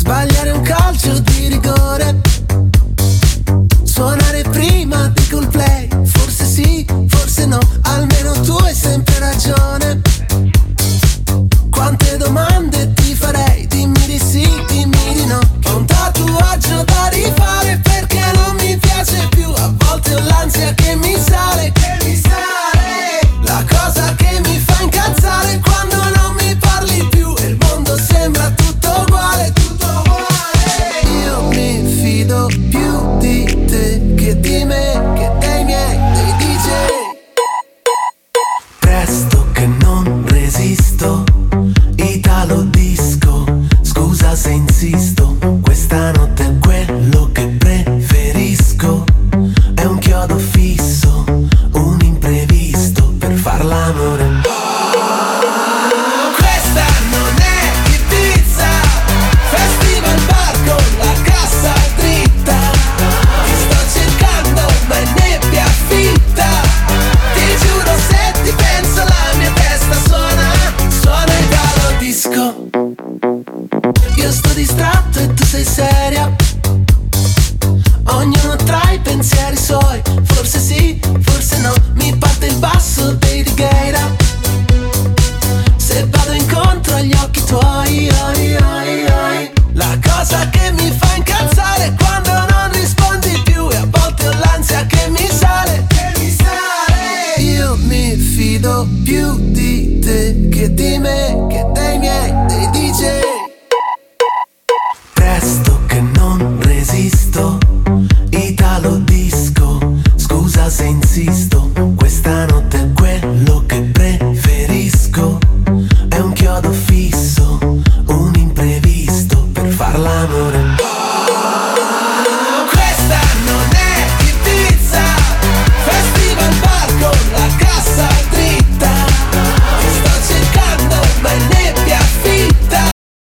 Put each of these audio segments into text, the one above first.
sbagliare un calcio di rigore, suonare prima di Coldplay, forse sì, forse no, almeno tu hai sempre ragione. Quante domande ti farei, dimmi di sì, dimmi di no. Ho un tatuaggio da rifare perché non mi piace più, a volte ho l'ansia che mi sale, la cosa che mi fa incazzare quando non mi parli più e il mondo sembra tutto uguale, tutto uguale. Io mi fido più di te che di me, che dei miei, dei DJ. Presto che non resisto, Italo disco, scusa se insisto, questa notte è quello che preferisco, è un chiodo fisso, un imprevisto per far l'amore. Questa non è Ibiza, festival bar con la cassa dritta, ti sto cercando ma è nebbia fitta, ti giuro se ti penso la mia testa suona Italo disco. Io sto distratto e tu sei seria, ognuno tra i pensieri suoi, forse sì, forse no, mi parte il basso dei Righeira, se vado incontro agli occhi tuoi, la cosa che mi fa incazzare è quando non rispondi più e a volte ho l'ansia che mi sale, io mi fido più di te che di me, che dei miei, dei DJ. Presto che non resisto, Italo disco, scusa se insisto, questa notte è quello che preferisco, è un chiodo fisso, un imprevisto per far l'amore. Questa non è Ibiza, festival bar con la cassa dritta, ti sto cercando ma è nebbia fitta.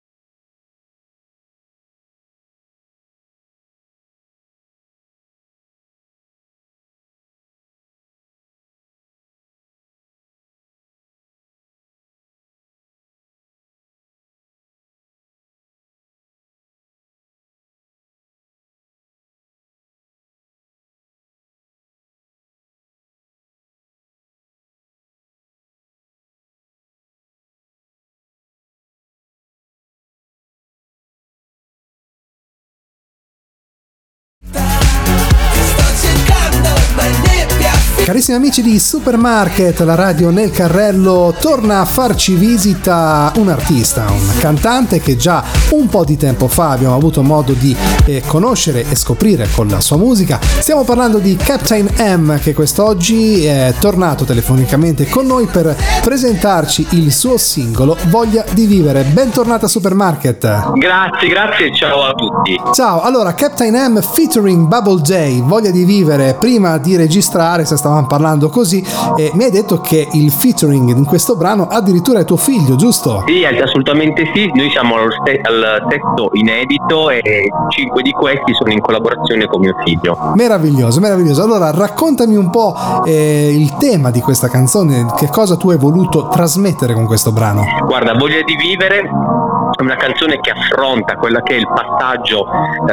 Carissimi amici di Supermarket, la radio nel carrello, torna a farci visita un artista, un cantante che già un po' di tempo fa abbiamo avuto modo di conoscere e scoprire con la sua musica. Stiamo parlando di Captain M, che quest'oggi è tornato telefonicamente con noi per presentarci il suo singolo Voglia di vivere. Bentornata a Supermarket. Grazie, ciao a tutti. Ciao, allora Captain M featuring Bubble J, Voglia di vivere. Prima di registrare, se stavamo parlando così, mi hai detto che il featuring in questo brano addirittura è tuo figlio, giusto? Sì, assolutamente sì, noi siamo al sesto inedito e 5 di questi sono in collaborazione con mio figlio. Meraviglioso. Allora raccontami un po' il tema di questa canzone, che cosa tu hai voluto trasmettere con questo brano? Guarda, Voglia di vivere è una canzone che affronta quella che è il passaggio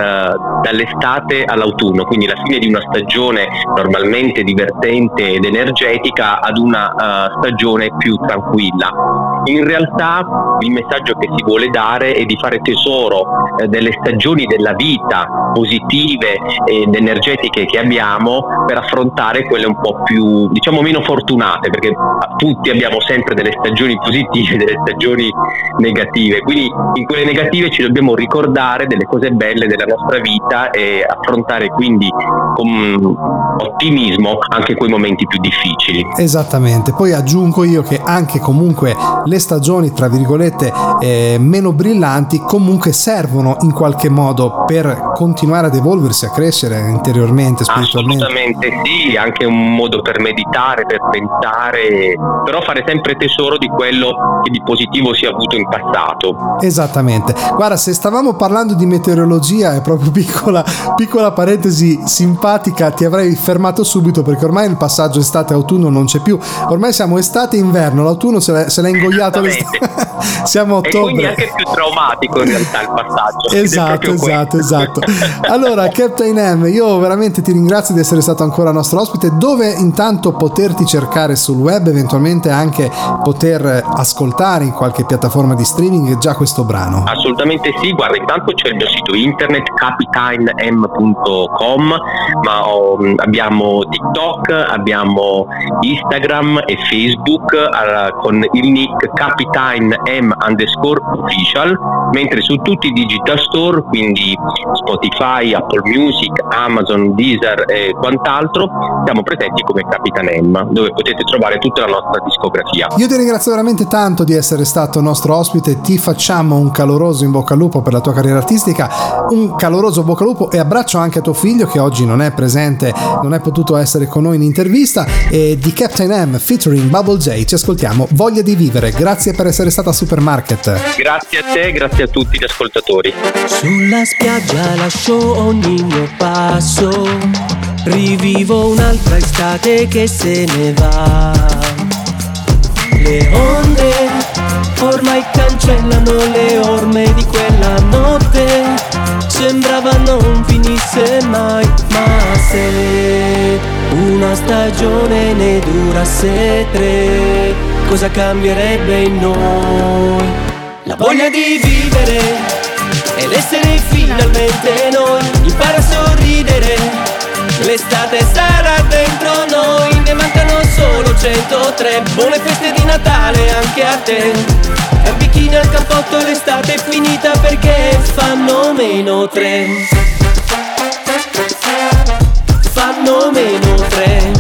dall'estate all'autunno, quindi la fine di una stagione normalmente divertente ed energetica ad una stagione più tranquilla. In realtà il messaggio che si vuole dare è di fare tesoro delle stagioni della vita positive ed energetiche che abbiamo per affrontare quelle un po' più, diciamo, meno fortunate, perché tutti abbiamo sempre delle stagioni positive e delle stagioni negative, quindi in quelle negative ci dobbiamo ricordare delle cose belle della nostra vita e affrontare quindi con ottimismo anche quei momenti più difficili. Esattamente, poi aggiungo io che anche comunque le stagioni tra virgolette meno brillanti comunque servono in qualche modo per continuare ad evolversi, a crescere interiormente, spiritualmente. Assolutamente sì, anche un modo per meditare, per pensare, però fare sempre tesoro di quello che di positivo si è avuto in passato. Esattamente. Guarda, se stavamo parlando di meteorologia, è proprio piccola parentesi simpatica, ti avrei fermato subito, perché ormai il passaggio estate-autunno non c'è più, ormai siamo estate-inverno, l'autunno se l'ha ingoiato siamo a ottobre. E quindi è anche più traumatico in realtà il passaggio. Esatto. Allora, Captain M, io veramente ti ringrazio di essere stato ancora nostro ospite. Dove intanto poterti cercare sul web, eventualmente anche poter ascoltare in qualche piattaforma di streaming già questo brano? Assolutamente sì, guarda, intanto c'è il mio sito internet capitainem.com, ma abbiamo TikTok, abbiamo Instagram e Facebook con il nick capitainem_official, mentre su tutti i digital store, quindi Spotify, Apple Music, Amazon, Deezer e quant'altro, siamo presenti come Capitan M, dove potete trovare tutta la nostra discografia. Io ti ringrazio veramente tanto di essere stato nostro ospite, ti facciamo un caloroso in bocca al lupo per la tua carriera artistica, un caloroso bocca al lupo, e abbraccio anche a tuo figlio che oggi non è presente, non è potuto essere con noi in intervista. E di Captain M featuring Bubble J ci ascoltiamo Voglia di vivere. Grazie per essere stata a Supermarket. Grazie a te, grazie a tutti gli ascoltatori. Sulla spiaggia lascio ogni mio passo, rivivo un'altra estate che se ne va. Le onde ormai cancellano le orme di quella notte, sembrava non finisse mai, ma se una stagione ne durasse 3, cosa cambierebbe in noi? La voglia di vivere e l'essere finalmente noi, impara a sorridere, l'estate sarà dentro noi, ne mancano solo 103, buone feste di Natale anche a te, e bikini al cappotto, l'estate è finita perché fanno -3, fanno -3,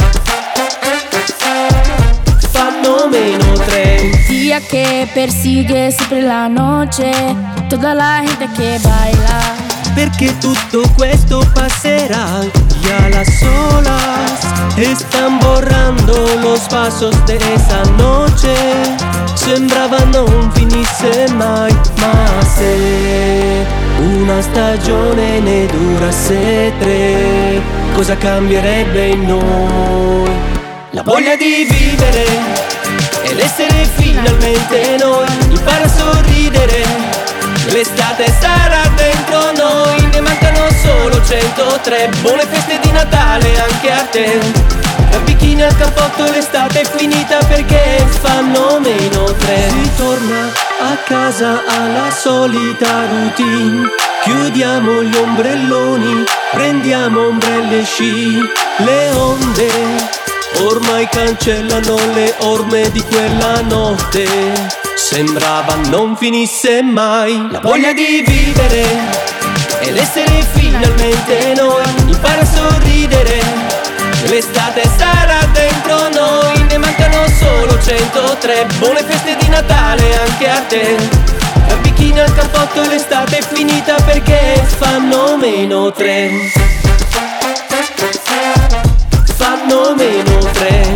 fanno -3. Día que persigue siempre la noche, toda la gente que baila. Perché tutto questo passerà, ya las olas están borrando los pasos de esa noche, sembrava non finisse mai, ma se una stagione ne durasse 3, cosa cambierebbe in noi? La voglia di vivere e l'essere finalmente noi, impara a sorridere, l'estate sarà dentro noi, ne mancano solo 103, buone feste di Natale anche a te, da bikini al cappotto, l'estate è finita perché fanno -3. Si torna a casa alla solita routine, chiudiamo gli ombrelloni, prendiamo ombrelle e sci, le onde ormai cancellano le orme di quella notte, sembrava non finisse mai. La voglia di vivere e l'essere finalmente noi, impara a sorridere, l'estate sarà dentro noi, ne mancano solo 103, buone feste di Natale anche a te, da bikini al cappotto, l'estate è finita perché fanno -3, fanno -3,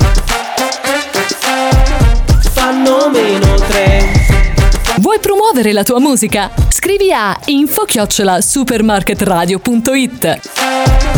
fanno -3. Vuoi promuovere la tua musica? Scrivi a info@supermarketradio.it.